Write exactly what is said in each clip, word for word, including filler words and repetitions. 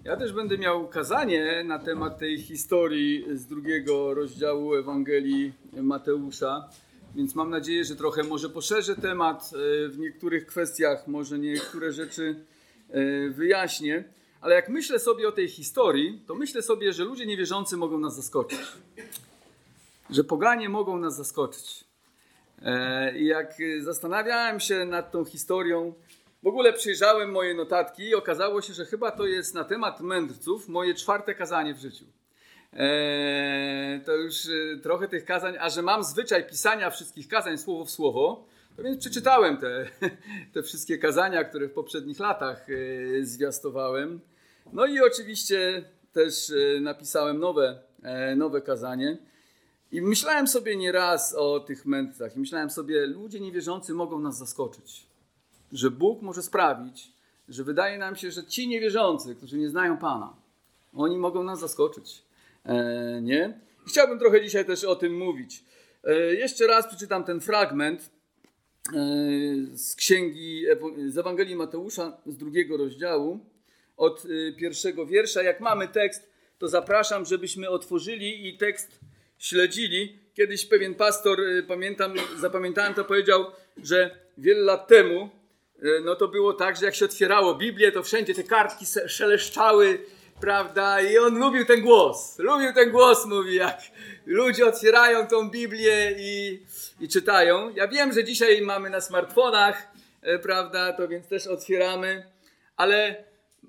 Ja też będę miał kazanie na temat tej historii z drugiego rozdziału Ewangelii Mateusza, więc mam nadzieję, że trochę może poszerzę temat w niektórych kwestiach, może niektóre rzeczy wyjaśnię, ale jak myślę sobie o tej historii, to myślę sobie, że ludzie niewierzący mogą nas zaskoczyć, że poganie mogą nas zaskoczyć. I jak zastanawiałem się nad tą historią, w ogóle przyjrzałem moje notatki i okazało się, że chyba to jest na temat mędrców moje czwarte kazanie w życiu. Eee, to już trochę tych kazań, a że mam zwyczaj pisania wszystkich kazań słowo w słowo, to więc przeczytałem te, te wszystkie kazania, które w poprzednich latach e, zwiastowałem. No i oczywiście też e, napisałem nowe, e, nowe kazanie. I myślałem sobie nieraz o tych mędrcach i myślałem sobie, ludzie niewierzący mogą nas zaskoczyć. Że Bóg może sprawić, że wydaje nam się, że ci niewierzący, którzy nie znają Pana, oni mogą nas zaskoczyć. E, nie? I chciałbym trochę dzisiaj też o tym mówić. E, jeszcze raz przeczytam ten fragment e, z księgi, z Ewangelii Mateusza z drugiego rozdziału, od e, pierwszego wiersza. Jak mamy tekst, to zapraszam, żebyśmy otworzyli i tekst śledzili. Kiedyś pewien pastor, e, pamiętam, zapamiętałem to, powiedział, że wiele lat temu no to było tak, że jak się otwierało Biblię, to wszędzie te kartki szeleszczały, prawda? I on lubił ten głos. Lubił ten głos, mówi, jak ludzie otwierają tą Biblię i, i czytają. Ja wiem, że dzisiaj mamy na smartfonach, prawda? To więc też otwieramy. Ale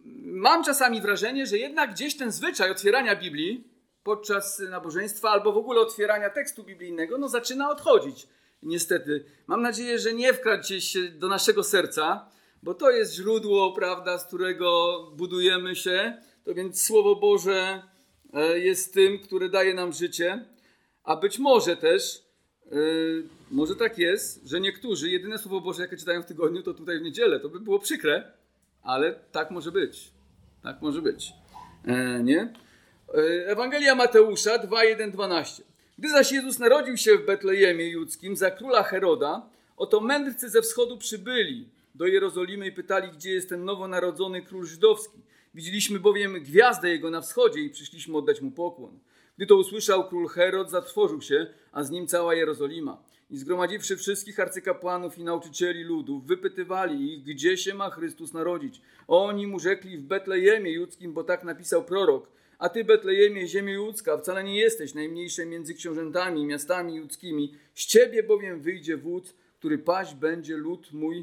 mam czasami wrażenie, że jednak gdzieś ten zwyczaj otwierania Biblii podczas nabożeństwa albo w ogóle otwierania tekstu biblijnego, no zaczyna odchodzić. Niestety. Mam nadzieję, że nie wkradł się do naszego serca, bo to jest źródło, prawda, z którego budujemy się. To więc Słowo Boże jest tym, które daje nam życie. A być może też, yy, może tak jest, że niektórzy jedyne Słowo Boże, jakie czytają w tygodniu, to tutaj w niedzielę. To by było przykre, ale tak może być. Tak może być. E, nie? Ewangelia Mateusza dwa, jeden, dwanaście. Gdy zaś Jezus narodził się w Betlejemie Judzkim za króla Heroda, oto mędrcy ze wschodu przybyli do Jerozolimy i pytali, gdzie jest ten nowonarodzony król żydowski. Widzieliśmy bowiem gwiazdę jego na wschodzie i przyszliśmy oddać mu pokłon. Gdy to usłyszał król Herod, zatrwożył się, a z nim cała Jerozolima. I zgromadziwszy wszystkich arcykapłanów i nauczycieli ludów, wypytywali ich, gdzie się ma Chrystus narodzić. Oni mu rzekli, w Betlejemie Judzkim, bo tak napisał prorok. A ty, Betlejemie, ziemio judzka, wcale nie jesteś najmniejszym między książętami i miastami judzkimi. Z ciebie bowiem wyjdzie wódz, który paść będzie lud mój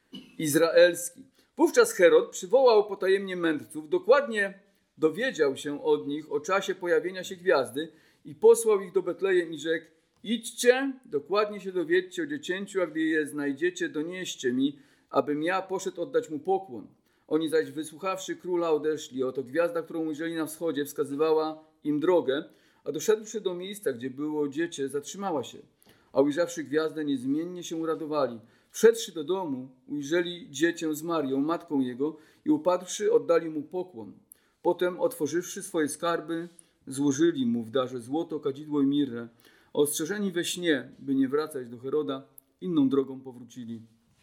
izraelski. Wówczas Herod przywołał potajemnie mędrców, dokładnie dowiedział się od nich o czasie pojawienia się gwiazdy i posłał ich do Betlejem i rzekł, idźcie, dokładnie się dowiedźcie o dziecięciu, a gdy je znajdziecie, donieście mi, abym ja poszedł oddać mu pokłon. Oni zaś wysłuchawszy króla odeszli, oto gwiazda, którą ujrzeli na wschodzie, wskazywała im drogę, a doszedłszy do miejsca, gdzie było dziecię, zatrzymała się. A ujrzawszy gwiazdę, niezmiennie się uradowali. Wszedłszy do domu, ujrzeli dziecię z Marią, matką jego, i upadłszy, oddali mu pokłon. Potem, otworzywszy swoje skarby, złożyli mu w darze złoto, kadzidło i mirrę. Ostrzeżeni we śnie, by nie wracać do Heroda, inną drogą powrócili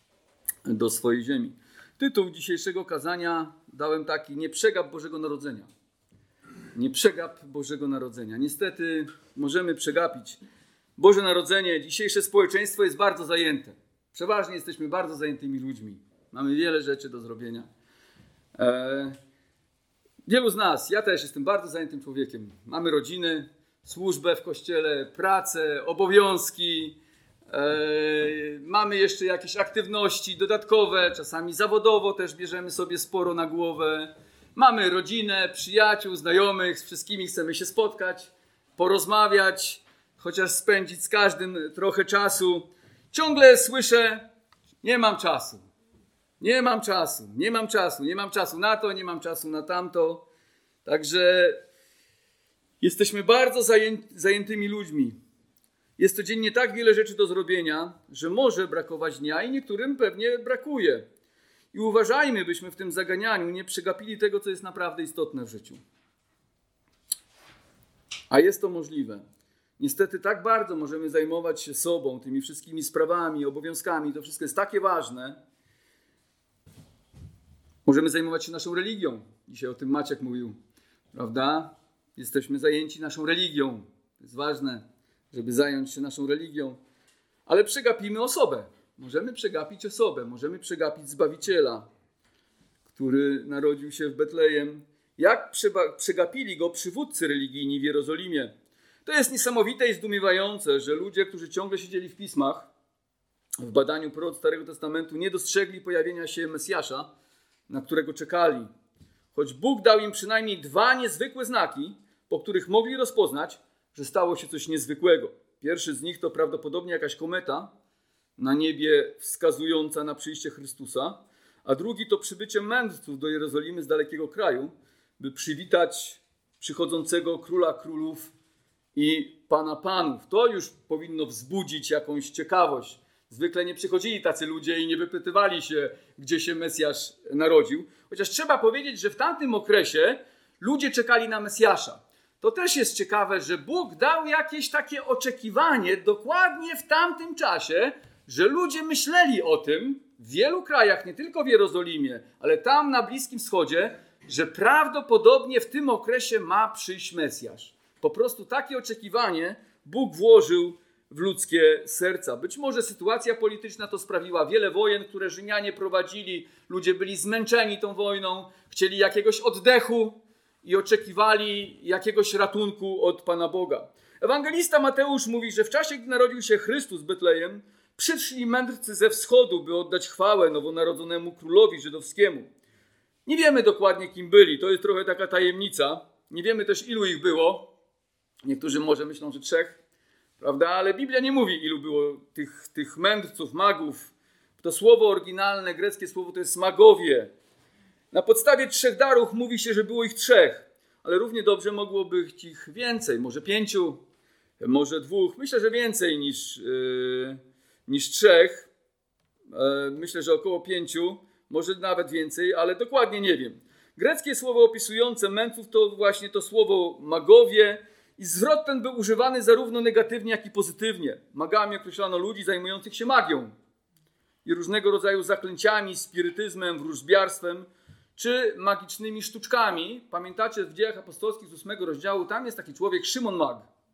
do swojej ziemi. Tytuł dzisiejszego kazania dałem taki: nie przegap Bożego Narodzenia. Nie przegap Bożego Narodzenia. Niestety możemy przegapić Boże Narodzenie. Dzisiejsze społeczeństwo jest bardzo zajęte. Przeważnie jesteśmy bardzo zajętymi ludźmi. Mamy wiele rzeczy do zrobienia. Eee, wielu z nas, ja też jestem bardzo zajętym człowiekiem. Mamy rodziny, służbę w kościele, pracę, obowiązki. Yy, mamy jeszcze jakieś aktywności dodatkowe, czasami zawodowo też bierzemy sobie sporo na głowę. Mamy rodzinę, przyjaciół, znajomych, z wszystkimi chcemy się spotkać, porozmawiać, chociaż spędzić z każdym trochę czasu. Ciągle słyszę, nie mam czasu, nie mam czasu, nie mam czasu, nie mam czasu na to, nie mam czasu na tamto. Także jesteśmy bardzo zaję- zajętymi ludźmi. Jest codziennie tak wiele rzeczy do zrobienia, że może brakować dnia i niektórym pewnie brakuje. I uważajmy, byśmy w tym zaganianiu nie przegapili tego, co jest naprawdę istotne w życiu. A jest to możliwe. Niestety tak bardzo możemy zajmować się sobą, tymi wszystkimi sprawami, obowiązkami. To wszystko jest takie ważne. Możemy zajmować się naszą religią. Dzisiaj o tym Maciek mówił, prawda? Jesteśmy zajęci naszą religią. To jest ważne, żeby zająć się naszą religią. Ale przegapimy osobę. Możemy przegapić osobę. Możemy przegapić Zbawiciela, który narodził się w Betlejem. Jak przeba- przegapili go przywódcy religijni w Jerozolimie. To jest niesamowite i zdumiewające, że ludzie, którzy ciągle siedzieli w pismach, w badaniu proroc Starego Testamentu, nie dostrzegli pojawienia się Mesjasza, na którego czekali. Choć Bóg dał im przynajmniej dwa niezwykłe znaki, po których mogli rozpoznać, że stało się coś niezwykłego. Pierwszy z nich to prawdopodobnie jakaś kometa na niebie wskazująca na przyjście Chrystusa, a drugi to przybycie mędrców do Jerozolimy z dalekiego kraju, by przywitać przychodzącego Króla Królów i Pana Panów. To już powinno wzbudzić jakąś ciekawość. Zwykle nie przychodzili tacy ludzie i nie wypytywali się, gdzie się Mesjasz narodził. Chociaż trzeba powiedzieć, że w tamtym okresie ludzie czekali na Mesjasza. To też jest ciekawe, że Bóg dał jakieś takie oczekiwanie dokładnie w tamtym czasie, że ludzie myśleli o tym w wielu krajach, nie tylko w Jerozolimie, ale tam na Bliskim Wschodzie, że prawdopodobnie w tym okresie ma przyjść Mesjasz. Po prostu takie oczekiwanie Bóg włożył w ludzkie serca. Być może sytuacja polityczna to sprawiła wiele wojen, które Rzymianie prowadzili. Ludzie byli zmęczeni tą wojną, chcieli jakiegoś oddechu i oczekiwali jakiegoś ratunku od Pana Boga. Ewangelista Mateusz mówi, że w czasie, gdy narodził się Chrystus w Betlejem, przyszli mędrcy ze wschodu, by oddać chwałę nowonarodzonemu królowi żydowskiemu. Nie wiemy dokładnie, kim byli. To jest trochę taka tajemnica. Nie wiemy też, ilu ich było. Niektórzy może myślą, że trzech. Prawda? Ale Biblia nie mówi, ilu było tych, tych mędrców, magów. To słowo oryginalne, greckie słowo to jest magowie. Na podstawie trzech darów mówi się, że było ich trzech. Ale równie dobrze mogło być ich więcej. Może pięciu, może dwóch. Myślę, że więcej niż, yy, niż trzech. Yy, myślę, że około pięciu. Może nawet więcej, ale dokładnie nie wiem. Greckie słowo opisujące mędrców to właśnie to słowo magowie. I zwrot ten był używany zarówno negatywnie, jak i pozytywnie. Magami określano ludzi zajmujących się magią i różnego rodzaju zaklęciami, spirytyzmem, wróżbiarstwem czy magicznymi sztuczkami. Pamiętacie w Dziejach Apostolskich z ósmego rozdziału, tam jest taki człowiek Szymon Mag.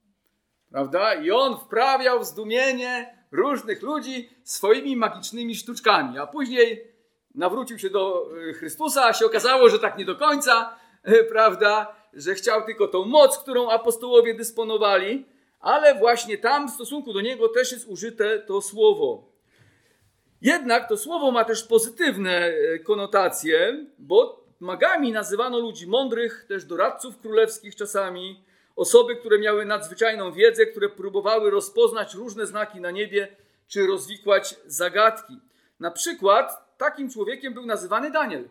Prawda? I on wprawiał w zdumienie różnych ludzi swoimi magicznymi sztuczkami. A później nawrócił się do Chrystusa, a się okazało, że tak nie do końca, prawda? Że chciał tylko tą moc, którą apostołowie dysponowali, ale właśnie tam w stosunku do niego też jest użyte to słowo. Jednak to słowo ma też pozytywne konotacje, bo magami nazywano ludzi mądrych, też doradców królewskich czasami, osoby, które miały nadzwyczajną wiedzę, które próbowały rozpoznać różne znaki na niebie, czy rozwikłać zagadki. Na przykład takim człowiekiem był nazywany Daniel.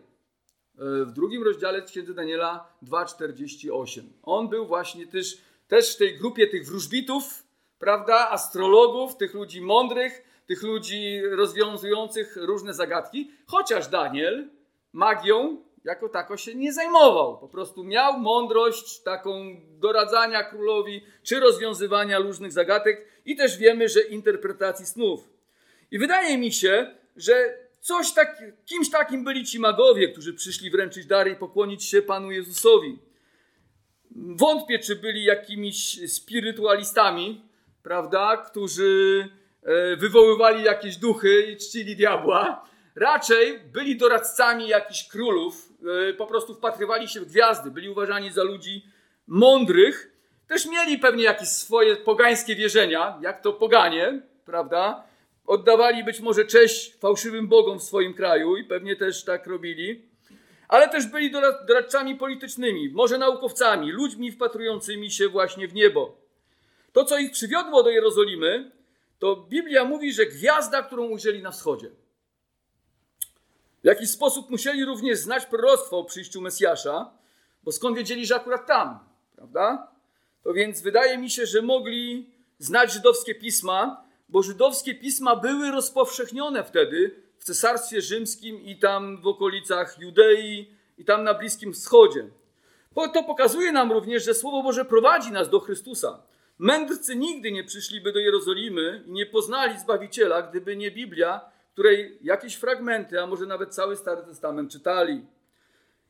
W drugim rozdziale Księdza Daniela dwa czterdzieści osiem. On był właśnie też, też w tej grupie tych wróżbitów, prawda, astrologów, tych ludzi mądrych, tych ludzi rozwiązujących różne zagadki, chociaż Daniel magią jako tako się nie zajmował. Po prostu miał mądrość taką doradzania królowi, czy rozwiązywania różnych zagadek i też wiemy, że interpretacji snów. I wydaje mi się, że Coś tak, kimś takim byli ci magowie, którzy przyszli wręczyć dary i pokłonić się Panu Jezusowi. Wątpię, czy byli jakimiś spirytualistami, prawda, którzy wywoływali jakieś duchy i czcili diabła. Raczej byli doradcami jakichś królów, po prostu wpatrywali się w gwiazdy, byli uważani za ludzi mądrych. Też mieli pewnie jakieś swoje pogańskie wierzenia, jak to poganie, prawda? Oddawali być może cześć fałszywym bogom w swoim kraju i pewnie też tak robili. Ale też byli doradcami politycznymi, może naukowcami, ludźmi wpatrującymi się właśnie w niebo. To, co ich przywiodło do Jerozolimy, to Biblia mówi, że gwiazda, którą ujrzeli na wschodzie. W jakiś sposób musieli również znać proroctwo o przyjściu Mesjasza, bo skąd wiedzieli, że akurat tam, prawda? To więc wydaje mi się, że mogli znać żydowskie pisma, bo żydowskie pisma były rozpowszechnione wtedy w Cesarstwie Rzymskim i tam w okolicach Judei i tam na Bliskim Wschodzie. To pokazuje nam również, że Słowo Boże prowadzi nas do Chrystusa. Mędrcy nigdy nie przyszliby do Jerozolimy i nie poznali Zbawiciela, gdyby nie Biblia, której jakieś fragmenty, a może nawet cały Stary Testament czytali.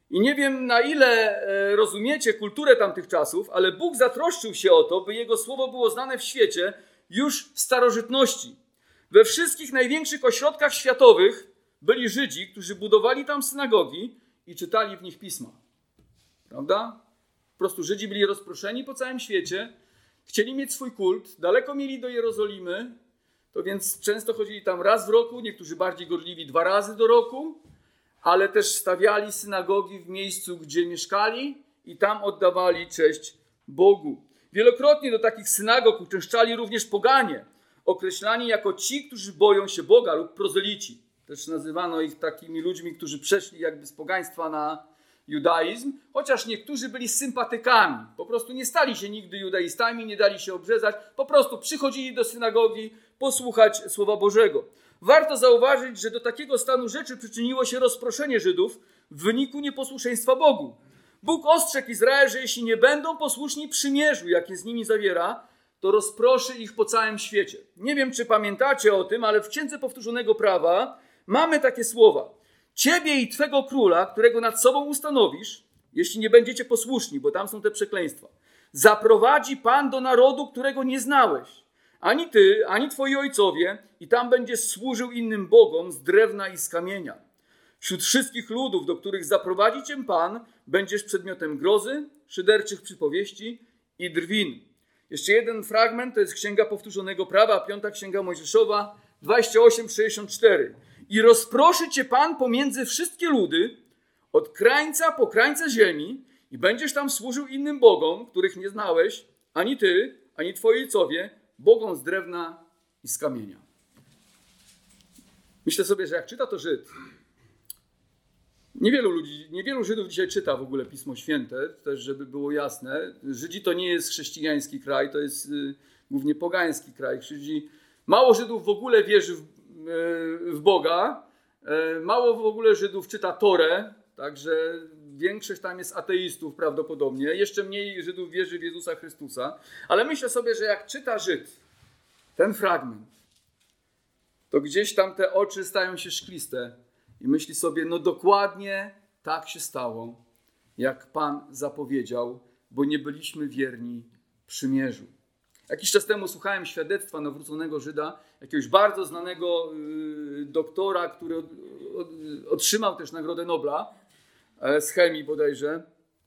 I nie wiem, na ile rozumiecie kulturę tamtych czasów, ale Bóg zatroszczył się o to, by Jego słowo było znane w świecie już w starożytności. We wszystkich największych ośrodkach światowych byli Żydzi, którzy budowali tam synagogi i czytali w nich pisma. Prawda? Po prostu Żydzi byli rozproszeni po całym świecie, chcieli mieć swój kult, daleko mieli do Jerozolimy, to więc często chodzili tam raz w roku, niektórzy bardziej gorliwi dwa razy do roku, ale też stawiali synagogi w miejscu, gdzie mieszkali i tam oddawali cześć Bogu. Wielokrotnie do takich synagog uczęszczali również poganie, określani jako ci, którzy boją się Boga lub prozelici. Też nazywano ich takimi ludźmi, którzy przeszli jakby z pogaństwa na judaizm, chociaż niektórzy byli sympatykami. Po prostu nie stali się nigdy judaistami, nie dali się obrzezać, po prostu przychodzili do synagogi posłuchać Słowa Bożego. Warto zauważyć, że do takiego stanu rzeczy przyczyniło się rozproszenie Żydów w wyniku nieposłuszeństwa Bogu. Bóg ostrzegł Izrael, że jeśli nie będą posłuszni przymierzu, jakie z nimi zawiera, to rozproszy ich po całym świecie. Nie wiem, czy pamiętacie o tym, ale w Księdze Powtórzonego Prawa mamy takie słowa. Ciebie i Twego króla, którego nad sobą ustanowisz, jeśli nie będziecie posłuszni, bo tam są te przekleństwa, zaprowadzi Pan do narodu, którego nie znałeś. Ani ty, ani twoi ojcowie, i tam będziesz służył innym bogom z drewna i z kamienia. Wśród wszystkich ludów, do których zaprowadzi cię Pan, będziesz przedmiotem grozy, szyderczych przypowieści i drwin. Jeszcze jeden fragment, to jest Księga Powtórzonego Prawa, piąta Księga Mojżeszowa, dwadzieścia osiem sześćdziesiąt cztery. I rozproszy cię Pan pomiędzy wszystkie ludy, od krańca po krańce ziemi, i będziesz tam służył innym bogom, których nie znałeś, ani ty, ani twoi ojcowie, bogom z drewna i z kamienia. Myślę sobie, że jak czyta to Żyd, niewielu ludzi, niewielu Żydów dzisiaj czyta w ogóle Pismo Święte, też żeby było jasne. Żydzi to nie jest chrześcijański kraj, to jest y, głównie pogański kraj. Żydzi, mało Żydów w ogóle wierzy w, y, w Boga, y, mało w ogóle Żydów czyta Torę, także większość tam jest ateistów prawdopodobnie. Jeszcze mniej Żydów wierzy w Jezusa Chrystusa. Ale myślę sobie, że jak czyta Żyd ten fragment, to gdzieś tam te oczy stają się szkliste i myśli sobie, no dokładnie tak się stało, jak Pan zapowiedział, bo nie byliśmy wierni przymierzu. Jakiś czas temu słuchałem świadectwa nawróconego Żyda, jakiegoś bardzo znanego y, doktora, który od, od, otrzymał też Nagrodę Nobla z chemii bodajże,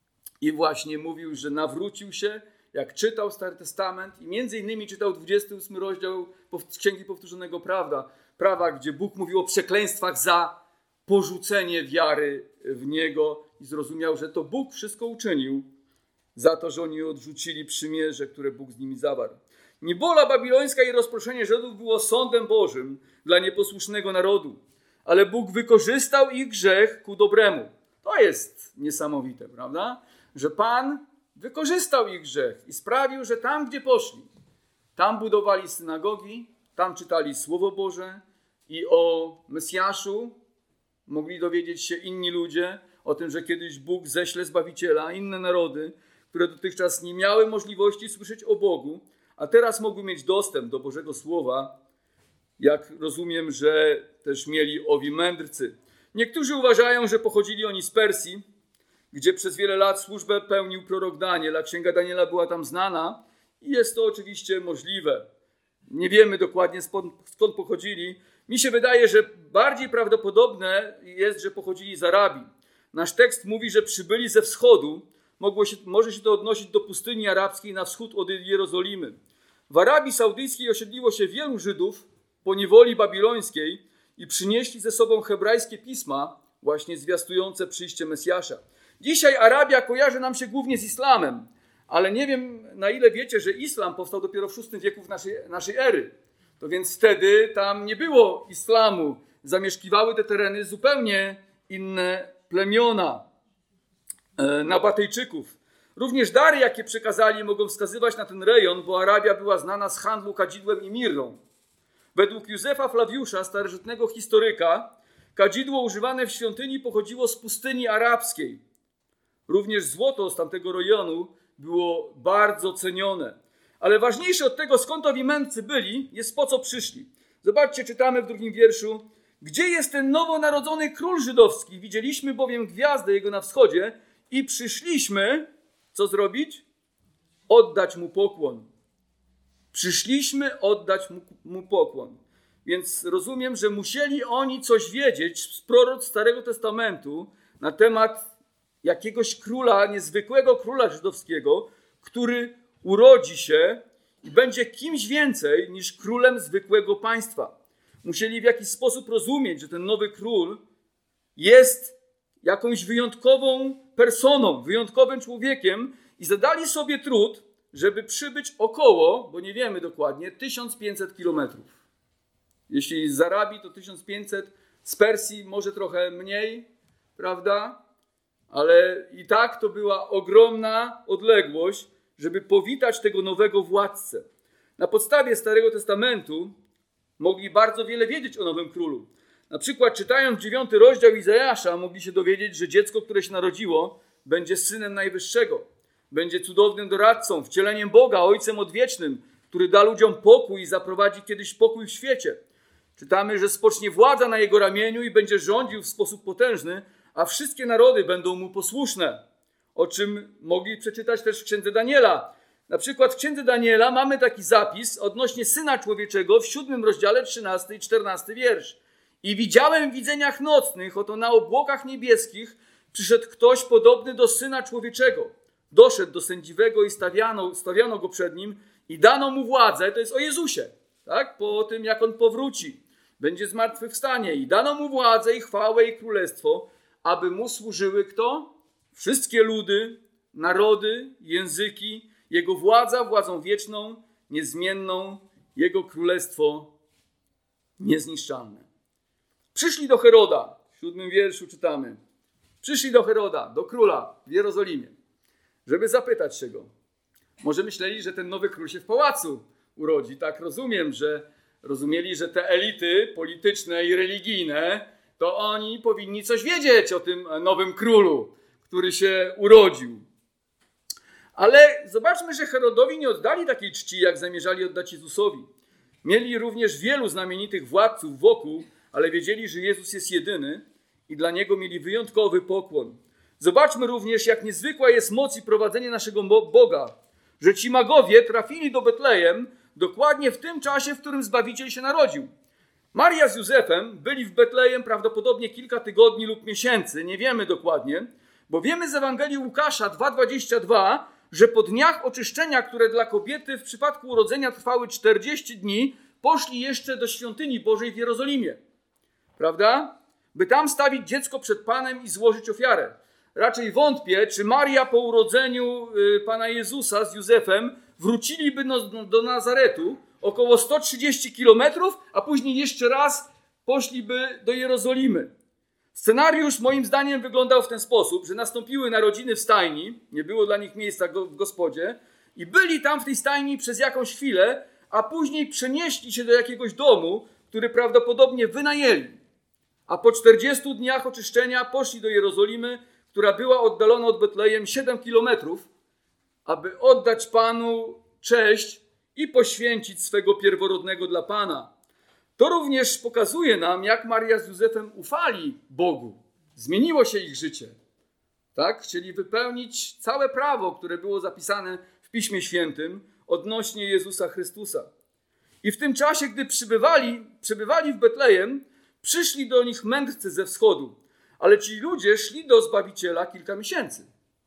i właśnie mówił, że nawrócił się, jak czytał Stary Testament i między innymi czytał dwudziesty ósmy rozdział Księgi Powtórzonego Prawa, prawa, gdzie Bóg mówił o przekleństwach za porzucenie wiary w Niego i zrozumiał, że to Bóg wszystko uczynił za to, że oni odrzucili przymierze, które Bóg z nimi zawarł. Niebola babilońska i rozproszenie Żydów było sądem Bożym dla nieposłusznego narodu, ale Bóg wykorzystał ich grzech ku dobremu. To jest niesamowite, prawda? Że Pan wykorzystał ich grzech i sprawił, że tam, gdzie poszli, tam budowali synagogi, tam czytali Słowo Boże i o Mesjaszu mogli dowiedzieć się inni ludzie, o tym, że kiedyś Bóg ześle Zbawiciela, inne narody, które dotychczas nie miały możliwości słyszeć o Bogu, a teraz mogły mieć dostęp do Bożego Słowa, jak rozumiem, że też mieli owi mędrcy. Niektórzy uważają, że pochodzili oni z Persji, gdzie przez wiele lat służbę pełnił prorok Daniel, a Księga Daniela była tam znana i jest to oczywiście możliwe. Nie wiemy dokładnie skąd, skąd pochodzili. Mi się wydaje, że bardziej prawdopodobne jest, że pochodzili z Arabii. Nasz tekst mówi, że przybyli ze wschodu. Mogło się, może się to odnosić do pustyni arabskiej na wschód od Jerozolimy. W Arabii Saudyjskiej osiedliło się wielu Żydów po niewoli babilońskiej i przynieśli ze sobą hebrajskie pisma, właśnie zwiastujące przyjście Mesjasza. Dzisiaj Arabia kojarzy nam się głównie z islamem, ale nie wiem, na ile wiecie, że islam powstał dopiero w szóstym wieku w naszej, naszej ery. To więc wtedy tam nie było islamu. Zamieszkiwały te tereny zupełnie inne plemiona, e, Nabatejczyków. Również dary, jakie przekazali, mogą wskazywać na ten rejon, bo Arabia była znana z handlu kadzidłem i mirrą. Według Józefa Flawiusza, starożytnego historyka, kadzidło używane w świątyni pochodziło z pustyni arabskiej. Również złoto z tamtego rejonu było bardzo cenione. Ale ważniejsze od tego, skąd owi mędrcy byli, jest po co przyszli. Zobaczcie, czytamy w drugim wierszu. Gdzie jest ten nowonarodzony król żydowski? Widzieliśmy bowiem gwiazdę jego na wschodzie i przyszliśmy, co zrobić? Oddać mu pokłon. Przyszliśmy oddać mu, mu pokłon. Więc rozumiem, że musieli oni coś wiedzieć z proroc Starego Testamentu na temat jakiegoś króla, niezwykłego króla żydowskiego, który urodzi się i będzie kimś więcej niż królem zwykłego państwa. Musieli w jakiś sposób rozumieć, że ten nowy król jest jakąś wyjątkową personą, wyjątkowym człowiekiem i zadali sobie trud, żeby przybyć około, bo nie wiemy dokładnie, tysiąc pięćset kilometrów. Jeśli z Arabii to tysiąc pięćset, z Persji może trochę mniej, prawda? Ale i tak to była ogromna odległość, żeby powitać tego nowego władcę. Na podstawie Starego Testamentu mogli bardzo wiele wiedzieć o nowym królu. Na przykład czytając dziewiąty rozdział Izajasza mogli się dowiedzieć, że dziecko, które się narodziło, będzie synem Najwyższego. Będzie cudownym doradcą, wcieleniem Boga, Ojcem Odwiecznym, który da ludziom pokój i zaprowadzi kiedyś pokój w świecie. Czytamy, że spocznie władza na jego ramieniu i będzie rządził w sposób potężny, a wszystkie narody będą mu posłuszne. O czym mogli przeczytać też w Księdze Daniela. Na przykład w Księdze Daniela mamy taki zapis odnośnie Syna Człowieczego w siódmym rozdziale, trzynasty i czternasty wiersz. I widziałem w widzeniach nocnych, oto na obłokach niebieskich przyszedł ktoś podobny do Syna Człowieczego. Doszedł do sędziwego i stawiano, stawiano go przed nim i dano mu władzę, to jest o Jezusie, tak? Po tym jak on powróci, będzie zmartwychwstanie i dano mu władzę i chwałę i królestwo, aby mu służyły kto? Wszystkie ludy, narody, języki, jego władza władzą wieczną, niezmienną, jego królestwo niezniszczalne. Przyszli do Heroda, w siódmym wierszu czytamy. Przyszli do Heroda, do króla w Jerozolimie, żeby zapytać się go. Może myśleli, że ten nowy król się w pałacu urodzi. Tak rozumiem, że rozumieli, że te elity polityczne i religijne, to oni powinni coś wiedzieć o tym nowym królu, który się urodził. Ale zobaczmy, że Herodowi nie oddali takiej czci, jak zamierzali oddać Jezusowi. Mieli również wielu znamienitych władców wokół, ale wiedzieli, że Jezus jest jedyny i dla Niego mieli wyjątkowy pokłon. Zobaczmy również, jak niezwykła jest moc i prowadzenie naszego Boga, że ci magowie trafili do Betlejem dokładnie w tym czasie, w którym Zbawiciel się narodził. Maria z Józefem byli w Betlejem prawdopodobnie kilka tygodni lub miesięcy, nie wiemy dokładnie, bo wiemy z Ewangelii Łukasza dwa dwadzieścia dwa, że po dniach oczyszczenia, które dla kobiety w przypadku urodzenia trwały czterdzieści dni, poszli jeszcze do świątyni Bożej w Jerozolimie. Prawda? By tam stawić dziecko przed Panem i złożyć ofiarę. Raczej wątpię, czy Maria po urodzeniu Pana Jezusa z Józefem wróciliby do Nazaretu około sto trzydzieści kilometrów, a później jeszcze raz poszliby do Jerozolimy. Scenariusz moim zdaniem wyglądał w ten sposób, że nastąpiły narodziny w stajni, nie było dla nich miejsca w gospodzie i byli tam w tej stajni przez jakąś chwilę, a później przenieśli się do jakiegoś domu, który prawdopodobnie wynajęli. A po czterdziestu dniach oczyszczenia poszli do Jerozolimy, która była oddalona od Betlejem siedem kilometrów, aby oddać Panu cześć i poświęcić swego pierworodnego dla Pana. To również pokazuje nam, jak Maria z Józefem ufali Bogu. Zmieniło się ich życie. Tak? Chcieli wypełnić całe prawo, które było zapisane w Piśmie Świętym odnośnie Jezusa Chrystusa. I w tym czasie, gdy przybywali, przybywali w Betlejem, przyszli do nich mędrcy ze wschodu. Ale ci ludzie szli do Zbawiciela kilka miesięcy.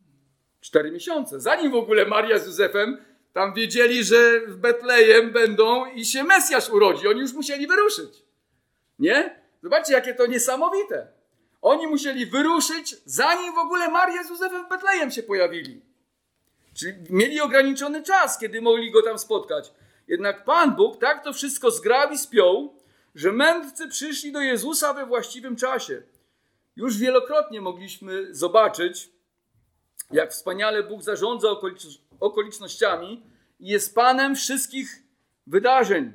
Cztery miesiące. Zanim w ogóle Maria z Józefem tam wiedzieli, że w Betlejem będą i się Mesjasz urodzi. Oni już musieli wyruszyć. Nie? Zobaczcie, jakie to niesamowite. Oni musieli wyruszyć, zanim w ogóle Maria z Józefem w Betlejem się pojawili. Czyli mieli ograniczony czas, kiedy mogli go tam spotkać. Jednak Pan Bóg tak to wszystko zgrał i spiął, że mędrcy przyszli do Jezusa we właściwym czasie. Już wielokrotnie mogliśmy zobaczyć, jak wspaniale Bóg zarządza okolicz- okolicznościami i jest Panem wszystkich wydarzeń.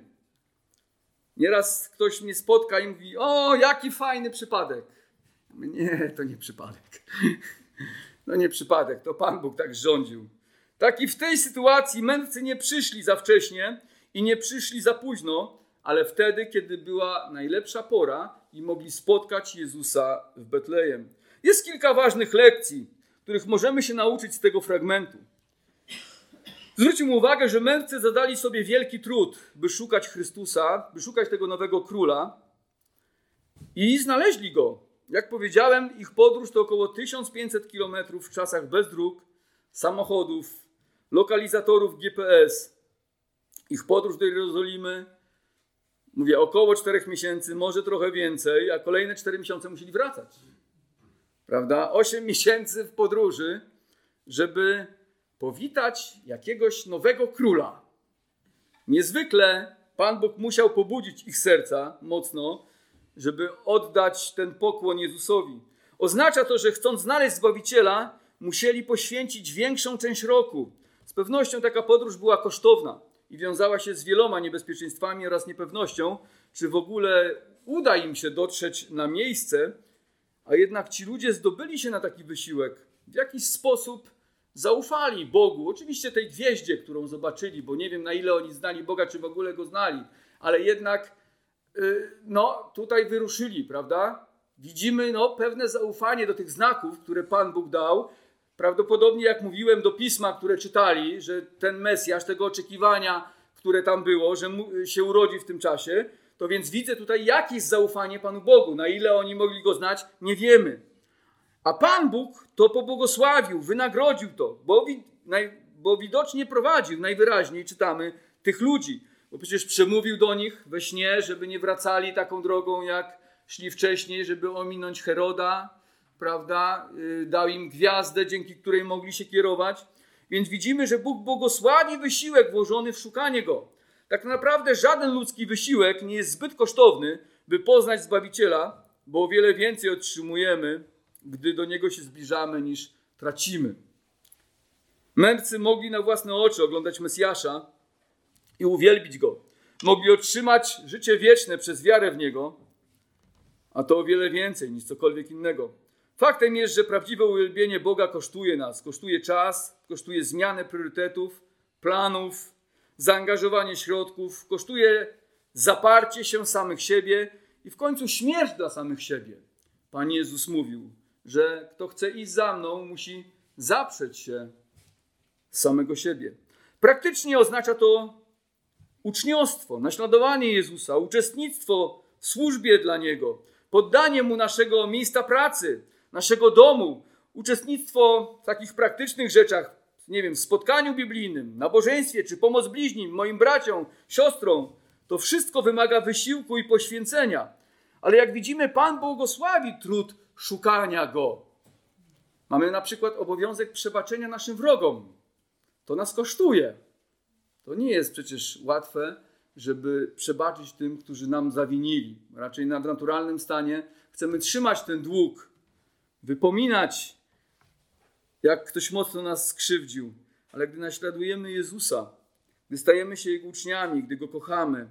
Nieraz ktoś mnie spotka i mówi: o, jaki fajny przypadek. Nie, to nie przypadek. No nie przypadek, to Pan Bóg tak rządził. Tak i w tej sytuacji mędrcy nie przyszli za wcześnie i nie przyszli za późno, ale wtedy, kiedy była najlepsza pora i mogli spotkać Jezusa w Betlejem. Jest kilka ważnych lekcji, których możemy się nauczyć z tego fragmentu. Zwróćmy uwagę, że mędrcy zadali sobie wielki trud, by szukać Chrystusa, by szukać tego nowego króla i znaleźli go. Jak powiedziałem, ich podróż to około tysiąc pięćset kilometrów w czasach bez dróg, samochodów, lokalizatorów G P S. Ich podróż do Jerozolimy, mówię, około czterech miesięcy, może trochę więcej, a kolejne cztery miesiące musieli wracać. Prawda? Osiem miesięcy w podróży, żeby powitać jakiegoś nowego króla. Niezwykle Pan Bóg musiał pobudzić ich serca mocno, żeby oddać ten pokłon Jezusowi. Oznacza to, że chcąc znaleźć Zbawiciela, musieli poświęcić większą część roku. Z pewnością taka podróż była kosztowna i wiązała się z wieloma niebezpieczeństwami oraz niepewnością, czy w ogóle uda im się dotrzeć na miejsce, a jednak ci ludzie zdobyli się na taki wysiłek. W jakiś sposób zaufali Bogu. Oczywiście tej gwieździe, którą zobaczyli, bo nie wiem, na ile oni znali Boga, czy w ogóle Go znali, ale jednak yy, no, tutaj wyruszyli, prawda? Widzimy no, pewne zaufanie do tych znaków, które Pan Bóg dał. Prawdopodobnie, jak mówiłem, do pisma, które czytali, że ten Mesjasz, tego oczekiwania, które tam było, że mu, się urodzi w tym czasie, to więc widzę tutaj jakieś zaufanie Panu Bogu. Na ile oni mogli Go znać, nie wiemy. A Pan Bóg to pobłogosławił, wynagrodził to, bo, wi- naj, bo widocznie prowadził, najwyraźniej czytamy, tych ludzi. Bo przecież przemówił do nich we śnie, żeby nie wracali taką drogą, jak szli wcześniej, żeby ominąć Heroda, prawda? Yy, dał im gwiazdę, dzięki której mogli się kierować. Więc widzimy, że Bóg błogosławi wysiłek włożony w szukanie Go. Tak naprawdę żaden ludzki wysiłek nie jest zbyt kosztowny, by poznać Zbawiciela, bo o wiele więcej otrzymujemy, gdy do Niego się zbliżamy, niż tracimy. Mędrcy mogli na własne oczy oglądać Mesjasza i uwielbić Go. Mogli otrzymać życie wieczne przez wiarę w Niego, a to o wiele więcej niż cokolwiek innego. Faktem jest, że prawdziwe uwielbienie Boga kosztuje nas. Kosztuje czas, kosztuje zmianę priorytetów, planów, zaangażowanie środków, kosztuje zaparcie się samych siebie i w końcu śmierć dla samych siebie. Pan Jezus mówił, że kto chce iść za mną, musi zaprzeć się samego siebie. Praktycznie oznacza to uczniostwo, naśladowanie Jezusa, uczestnictwo w służbie dla Niego, poddanie Mu naszego miejsca pracy, naszego domu, uczestnictwo w takich praktycznych rzeczach, nie wiem, w spotkaniu biblijnym, nabożeństwie, czy pomoc bliźnim, moim braciom, siostrom. To wszystko wymaga wysiłku i poświęcenia. Ale jak widzimy, Pan błogosławi trud szukania Go. Mamy na przykład obowiązek przebaczenia naszym wrogom. To nas kosztuje. To nie jest przecież łatwe, żeby przebaczyć tym, którzy nam zawinili. Raczej w naturalnym stanie chcemy trzymać ten dług, wypominać, jak ktoś mocno nas skrzywdził. Ale gdy naśladujemy Jezusa, gdy stajemy się Jego uczniami, gdy Go kochamy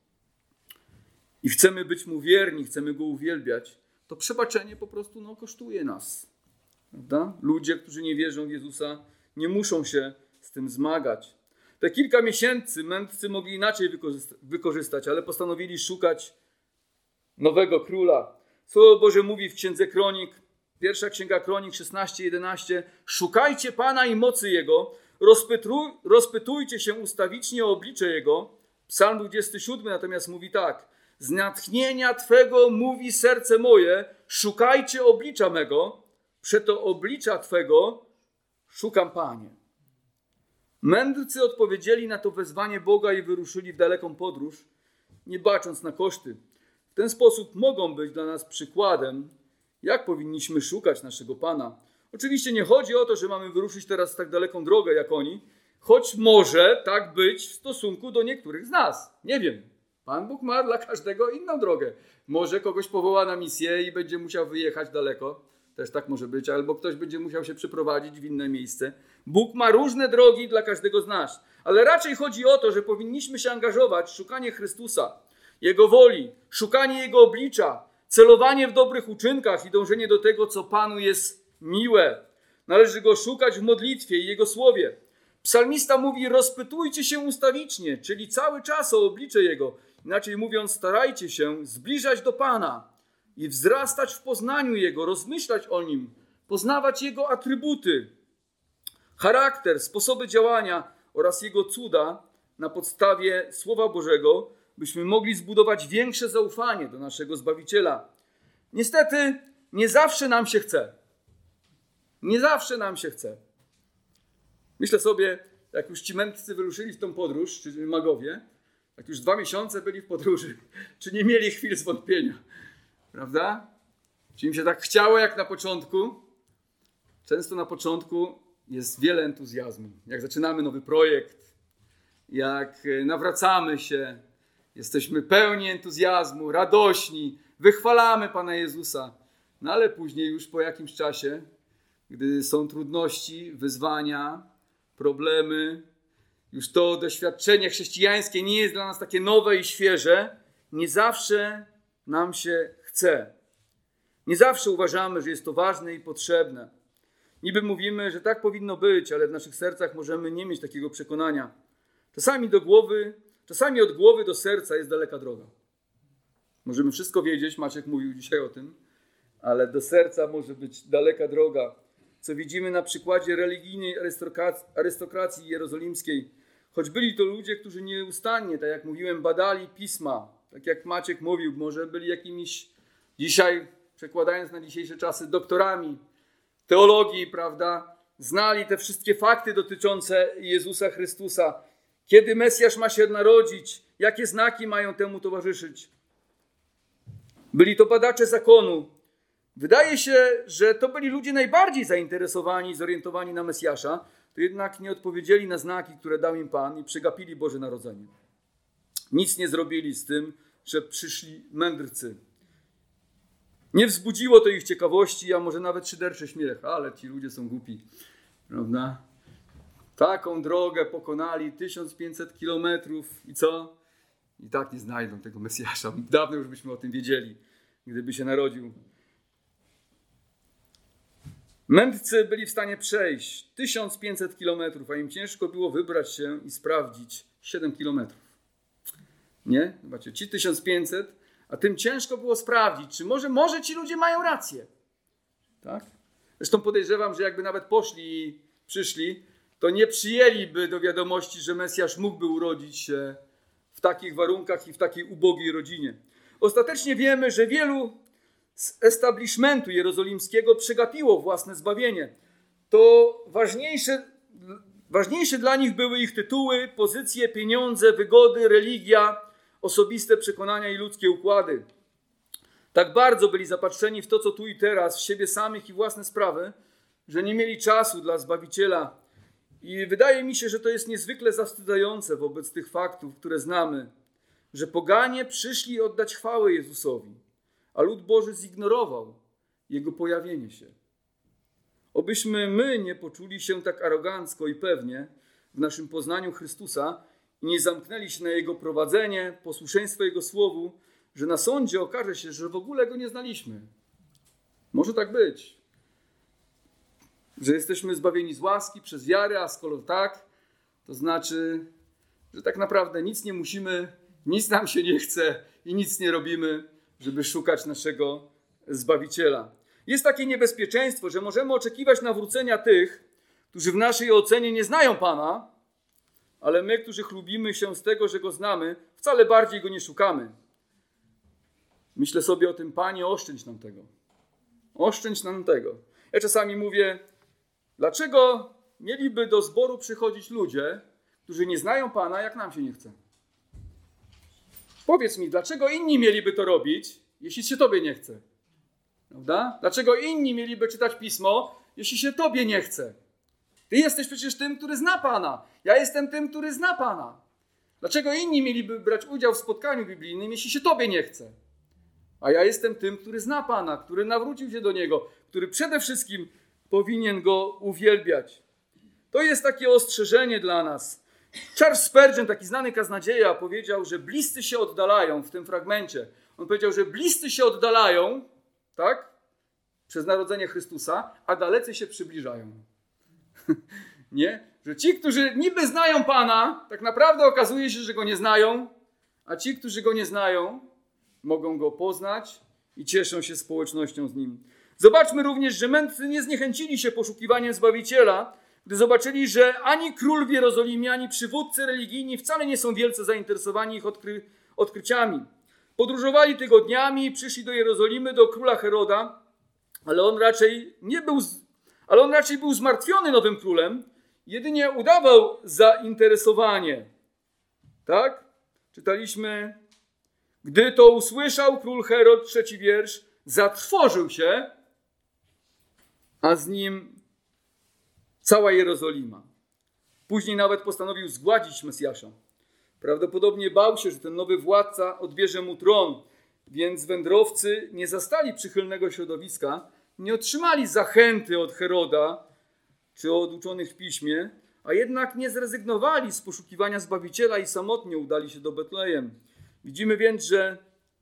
i chcemy być Mu wierni, chcemy Go uwielbiać, to przebaczenie po prostu no, kosztuje nas. Prawda? Ludzie, którzy nie wierzą w Jezusa, nie muszą się z tym zmagać. Te kilka miesięcy mędrcy mogli inaczej wykorzysta- wykorzystać, ale postanowili szukać nowego króla. Słowo Boże mówi w Księdze Kronik, pierwsza Księga Kronik szesnaście jedenaście: szukajcie Pana i mocy Jego, rozpytruj, rozpytujcie się ustawicznie o oblicze Jego. Psalm dwudziesty siódmy natomiast mówi tak: z natchnienia Twego mówi serce moje, szukajcie oblicza mego, przeto oblicza Twego szukam, Panie. Mędrcy odpowiedzieli na to wezwanie Boga i wyruszyli w daleką podróż, nie bacząc na koszty. W ten sposób mogą być dla nas przykładem, jak powinniśmy szukać naszego Pana. Oczywiście nie chodzi o to, że mamy wyruszyć teraz tak daleką drogę jak oni, choć może tak być w stosunku do niektórych z nas. Nie wiem. Pan Bóg ma dla każdego inną drogę. Może kogoś powoła na misję i będzie musiał wyjechać daleko. Też tak może być. Albo ktoś będzie musiał się przeprowadzić w inne miejsce. Bóg ma różne drogi dla każdego z nas. Ale raczej chodzi o to, że powinniśmy się angażować w szukanie Chrystusa, Jego woli, szukanie Jego oblicza, celowanie w dobrych uczynkach i dążenie do tego, co Panu jest miłe. Należy Go szukać w modlitwie i Jego słowie. Psalmista mówi: rozpytujcie się ustawicznie, czyli cały czas o oblicze Jego. Inaczej mówiąc, starajcie się zbliżać do Pana. i wzrastać w poznaniu Jego, rozmyślać o Nim, poznawać Jego atrybuty, charakter, sposoby działania oraz Jego cuda na podstawie Słowa Bożego, byśmy mogli zbudować większe zaufanie do naszego Zbawiciela. Niestety nie zawsze nam się chce. Nie zawsze nam się chce. Myślę sobie, jak już ci mędrcy wyruszyli w tą podróż, czy magowie, jak już dwa miesiące byli w podróży, czy nie mieli chwil zwątpienia, prawda? Czy im się tak chciało jak na początku? Często na początku jest wiele entuzjazmu. Jak zaczynamy nowy projekt, jak nawracamy się, jesteśmy pełni entuzjazmu, radośni, wychwalamy Pana Jezusa. No ale później już po jakimś czasie, gdy są trudności, wyzwania, problemy, już to doświadczenie chrześcijańskie nie jest dla nas takie nowe i świeże, nie zawsze nam się chce. Nie zawsze uważamy, że jest to ważne i potrzebne. Niby mówimy, że tak powinno być, ale w naszych sercach możemy nie mieć takiego przekonania. Czasami do głowy, czasami od głowy do serca jest daleka droga. Możemy wszystko wiedzieć, Maciek mówił dzisiaj o tym, ale do serca może być daleka droga. Co widzimy na przykładzie religijnej arystokracji jerozolimskiej. Choć byli to ludzie, którzy nieustannie, tak jak mówiłem, badali pisma. Tak jak Maciek mówił, może byli jakimiś dzisiaj, przekładając na dzisiejsze czasy, doktorami teologii, prawda? Znali te wszystkie fakty dotyczące Jezusa Chrystusa. Kiedy Mesjasz ma się narodzić? Jakie znaki mają temu towarzyszyć? Byli to badacze zakonu. Wydaje się, że to byli ludzie najbardziej zainteresowani, zorientowani na Mesjasza, to jednak nie odpowiedzieli na znaki, które dał im Pan i przegapili Boże Narodzenie. Nic nie zrobili z tym, że przyszli mędrcy. Nie wzbudziło to ich ciekawości, a może nawet szyderczy śmiech, ale ci ludzie są głupi, prawda? Taką drogę pokonali, tysiąc pięćset kilometrów i co? I tak nie znajdą tego Mesjasza. Dawno już byśmy o tym wiedzieli, gdyby się narodził. Mędrcy byli w stanie przejść tysiąc pięćset kilometrów, a im ciężko było wybrać się i sprawdzić siedem kilometrów. Nie? Zobaczcie, ci tysiąc pięćset, a tym ciężko było sprawdzić, czy może, może ci ludzie mają rację. Tak? Zresztą podejrzewam, że jakby nawet poszli i przyszli, to nie przyjęliby do wiadomości, że Mesjasz mógłby urodzić się w takich warunkach i w takiej ubogiej rodzinie. Ostatecznie wiemy, że wielu z establishmentu jerozolimskiego przegapiło własne zbawienie. To ważniejsze, ważniejsze dla nich były ich tytuły, pozycje, pieniądze, wygody, religia, osobiste przekonania i ludzkie układy. Tak bardzo byli zapatrzeni w to, co tu i teraz, w siebie samych i własne sprawy, że nie mieli czasu dla Zbawiciela. I wydaje mi się, że to jest niezwykle zawstydzające wobec tych faktów, które znamy, że poganie przyszli oddać chwałę Jezusowi, a lud Boży zignorował Jego pojawienie się. Obyśmy my nie poczuli się tak arogancko i pewnie w naszym poznaniu Chrystusa i nie zamknęli się na Jego prowadzenie, posłuszeństwo Jego słowu, że na sądzie okaże się, że w ogóle Go nie znaliśmy. Może tak być, że jesteśmy zbawieni z łaski przez wiarę, a skoro tak, to znaczy, że tak naprawdę nic nie musimy, nic nam się nie chce i nic nie robimy, żeby szukać naszego Zbawiciela. Jest takie niebezpieczeństwo, że możemy oczekiwać nawrócenia tych, którzy w naszej ocenie nie znają Pana, ale my, którzy chlubimy się z tego, że Go znamy, wcale bardziej Go nie szukamy. Myślę sobie o tym, Panie, oszczędź nam tego. Oszczędź nam tego. Ja czasami mówię, dlaczego mieliby do zboru przychodzić ludzie, którzy nie znają Pana, jak nam się nie chce? Powiedz mi, dlaczego inni mieliby to robić, jeśli się Tobie nie chce? Prawda? Dlaczego inni mieliby czytać Pismo, jeśli się Tobie nie chce? Ty jesteś przecież tym, który zna Pana. Ja jestem tym, który zna Pana. Dlaczego inni mieliby brać udział w spotkaniu biblijnym, jeśli się Tobie nie chce? A ja jestem tym, który zna Pana, który nawrócił się do Niego, który przede wszystkim powinien Go uwielbiać. To jest takie ostrzeżenie dla nas. Charles Spurgeon, taki znany kaznodzieja, powiedział, że bliscy się oddalają w tym fragmencie. On powiedział, że bliscy się oddalają, tak? Przez narodzenie Chrystusa, a dalecy się przybliżają. Nie? Że ci, którzy niby znają Pana, tak naprawdę okazuje się, że Go nie znają, a ci, którzy Go nie znają, mogą Go poznać i cieszą się społecznością z Nim. Zobaczmy również, że mędrcy nie zniechęcili się poszukiwaniem Zbawiciela, gdy zobaczyli, że ani król w Jerozolimie, ani przywódcy religijni wcale nie są wielce zainteresowani ich odkry- odkryciami. Podróżowali tygodniami i przyszli do Jerozolimy, do króla Heroda, ale on raczej nie był, z... ale on raczej był zmartwiony nowym królem, jedynie udawał zainteresowanie. Tak? Czytaliśmy, gdy to usłyszał król Herod, trzeci wiersz, zatrwożył się, a z nim cała Jerozolima. Później nawet postanowił zgładzić Mesjasza. Prawdopodobnie bał się, że ten nowy władca odbierze mu tron, więc wędrowcy nie zastali przychylnego środowiska, nie otrzymali zachęty od Heroda czy od uczonych w piśmie, a jednak nie zrezygnowali z poszukiwania Zbawiciela i samotnie udali się do Betlejem. Widzimy więc, że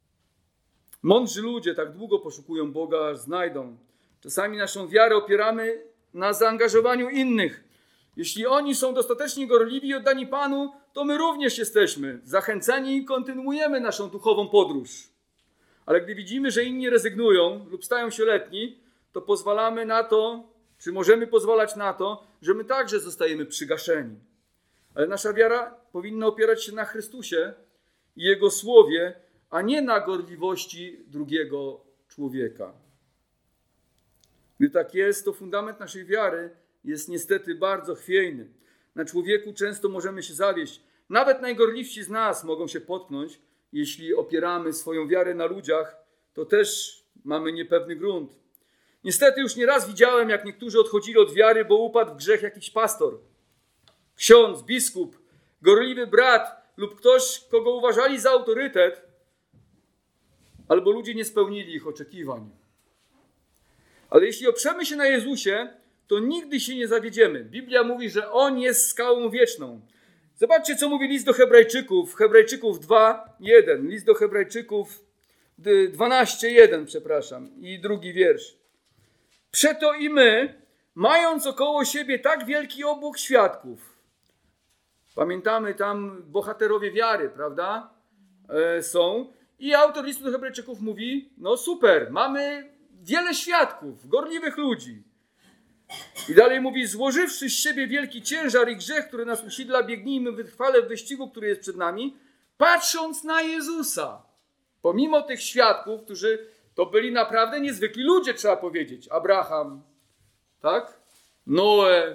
mądrzy ludzie tak długo poszukują Boga, aż znajdą. Czasami naszą wiarę opieramy na zaangażowaniu innych. Jeśli oni są dostatecznie gorliwi i oddani Panu, to my również jesteśmy zachęceni i kontynuujemy naszą duchową podróż. Ale gdy widzimy, że inni rezygnują lub stają się letni, to pozwalamy na to, czy możemy pozwalać na to, że my także zostajemy przygaszeni. Ale nasza wiara powinna opierać się na Chrystusie i Jego Słowie, a nie na gorliwości drugiego człowieka. Gdy tak jest, to fundament naszej wiary jest niestety bardzo chwiejny. Na człowieku często możemy się zawieść. Nawet najgorliwsi z nas mogą się potknąć. Jeśli opieramy swoją wiarę na ludziach, to też mamy niepewny grunt. Niestety już nieraz widziałem, jak niektórzy odchodzili od wiary, bo upadł w grzech jakiś pastor, ksiądz, biskup, gorliwy brat lub ktoś, kogo uważali za autorytet, albo ludzie nie spełnili ich oczekiwań. Ale jeśli oprzemy się na Jezusie, to nigdy się nie zawiedziemy. Biblia mówi, że On jest skałą wieczną. Zobaczcie, co mówi list do Hebrajczyków. Hebrajczyków dwa, jeden. List do Hebrajczyków dwanaście, jeden, przepraszam. I drugi wiersz. Przeto i my, mając około siebie tak wielki obłok świadków. Pamiętamy, tam bohaterowie wiary, prawda? E, są. I autor listu do Hebrajczyków mówi, no super, mamy wiele świadków, gorliwych ludzi. I dalej mówi, złożywszy z siebie wielki ciężar i grzech, który nas usidla, biegnijmy wytrwale w wyścigu, który jest przed nami, patrząc na Jezusa. Pomimo tych świadków, którzy to byli naprawdę niezwykli ludzie, trzeba powiedzieć. Abraham, tak? Noe,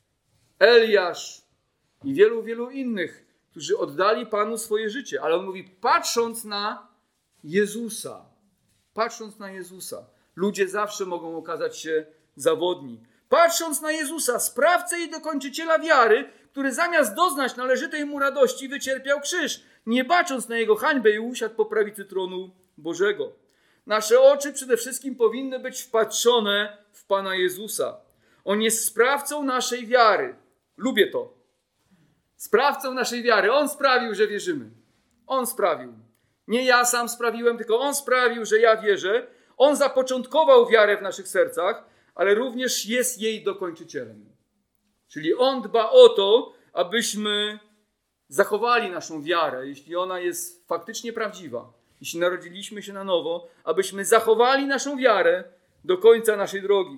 Eliasz i wielu, wielu innych, którzy oddali Panu swoje życie. Ale on mówi, patrząc na Jezusa. Patrząc na Jezusa. Ludzie zawsze mogą okazać się zawodni. Patrząc na Jezusa, sprawcę i dokończyciela wiary, który zamiast doznać należytej mu radości wycierpiał krzyż, nie bacząc na jego hańbę i usiadł po prawicy tronu Bożego. Nasze oczy przede wszystkim powinny być wpatrzone w Pana Jezusa. On jest sprawcą naszej wiary. Lubię to. Sprawcą naszej wiary. On sprawił, że wierzymy. On sprawił. Nie ja sam sprawiłem, tylko On sprawił, że ja wierzę. On zapoczątkował wiarę w naszych sercach, ale również jest jej dokończycielem. Czyli On dba o to, abyśmy zachowali naszą wiarę, jeśli ona jest faktycznie prawdziwa. Jeśli narodziliśmy się na nowo, abyśmy zachowali naszą wiarę do końca naszej drogi.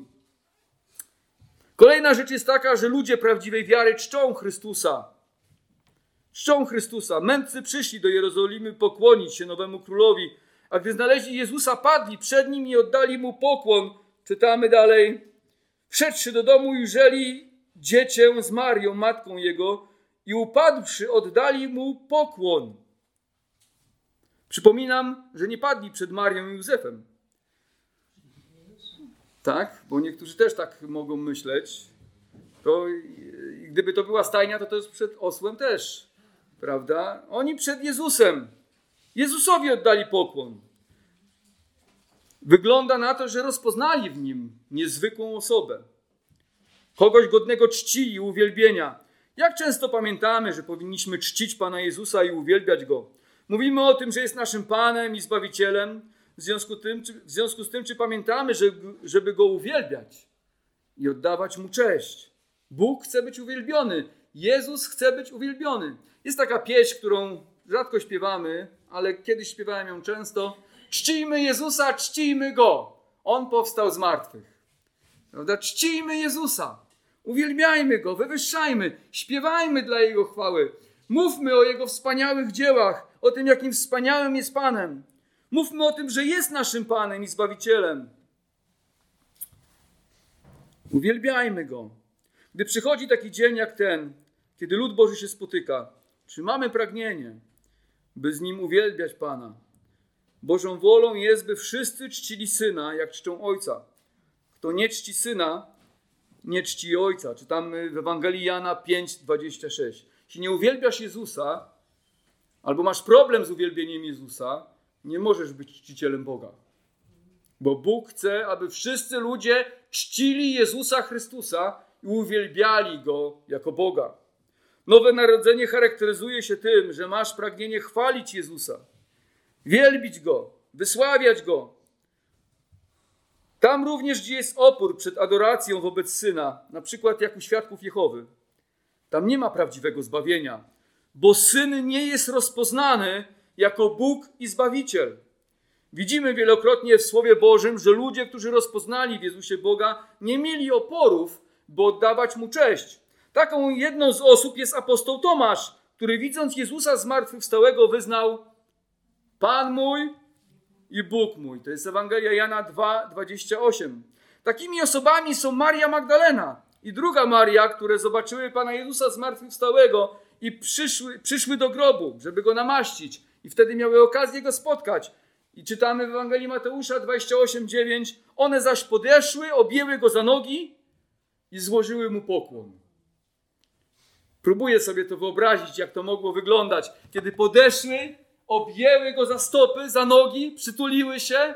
Kolejna rzecz jest taka, że ludzie prawdziwej wiary czczą Chrystusa. Czczą Chrystusa. Mędrcy przyszli do Jerozolimy pokłonić się nowemu królowi, a gdy znaleźli Jezusa, padli przed Nim i oddali Mu pokłon. Czytamy dalej. Wszedłszy do domu, ujrzeli dziecię z Marią, matką Jego, i upadłszy, oddali Mu pokłon. Przypominam, że nie padli przed Marią i Józefem. Tak? Bo niektórzy też tak mogą myśleć. To gdyby to była stajnia, to to jest przed osłem też. Prawda? Oni przed Jezusem. Jezusowi oddali pokłon. Wygląda na to, że rozpoznali w Nim niezwykłą osobę. Kogoś godnego czci i uwielbienia. Jak często pamiętamy, że powinniśmy czcić Pana Jezusa i uwielbiać Go? Mówimy o tym, że jest naszym Panem i Zbawicielem. W związku, tym, czy, w związku z tym, czy pamiętamy, że, żeby Go uwielbiać i oddawać Mu cześć? Bóg chce być uwielbiony. Jezus chce być uwielbiony. Jest taka pieśń, którą rzadko śpiewamy, ale kiedyś śpiewałem ją często. Czcijmy Jezusa, czcijmy Go. On powstał z martwych. Prawda? Czcijmy Jezusa. Uwielbiajmy Go, wywyższajmy, śpiewajmy dla Jego chwały. Mówmy o Jego wspaniałych dziełach, o tym, jakim wspaniałym jest Panem. Mówmy o tym, że jest naszym Panem i Zbawicielem. Uwielbiajmy Go. Gdy przychodzi taki dzień jak ten, kiedy lud Boży się spotyka, czy mamy pragnienie, by z Nim uwielbiać Pana? Bożą wolą jest, by wszyscy czcili Syna, jak czczą Ojca. Kto nie czci Syna, nie czci Ojca. Czytamy w Ewangelii Jana pięć, dwadzieścia sześć. Jeśli nie uwielbiasz Jezusa, albo masz problem z uwielbieniem Jezusa, nie możesz być czcicielem Boga. Bo Bóg chce, aby wszyscy ludzie czcili Jezusa Chrystusa i uwielbiali Go jako Boga. Nowe narodzenie charakteryzuje się tym, że masz pragnienie chwalić Jezusa, wielbić Go, wysławiać Go. Tam również, gdzie jest opór przed adoracją wobec Syna, na przykład jak u świadków Jehowy, tam nie ma prawdziwego zbawienia, bo Syn nie jest rozpoznany jako Bóg i Zbawiciel. Widzimy wielokrotnie w Słowie Bożym, że ludzie, którzy rozpoznali w Jezusie Boga, nie mieli oporów, by oddawać Mu cześć. Taką jedną z osób jest apostoł Tomasz, który widząc Jezusa zmartwychwstałego wyznał: Pan mój i Bóg mój. To jest Ewangelia Jana dwa, dwadzieścia osiem. Takimi osobami są Maria Magdalena i druga Maria, które zobaczyły Pana Jezusa zmartwychwstałego i przyszły, przyszły do grobu, żeby Go namaścić i wtedy miały okazję Go spotkać. I czytamy w Ewangelii Mateusza dwadzieścia osiem, dziewięć. One zaś podeszły, objęły Go za nogi i złożyły Mu pokłon. Próbuję sobie to wyobrazić, jak to mogło wyglądać, kiedy podeszły, objęły Go za stopy, za nogi, przytuliły się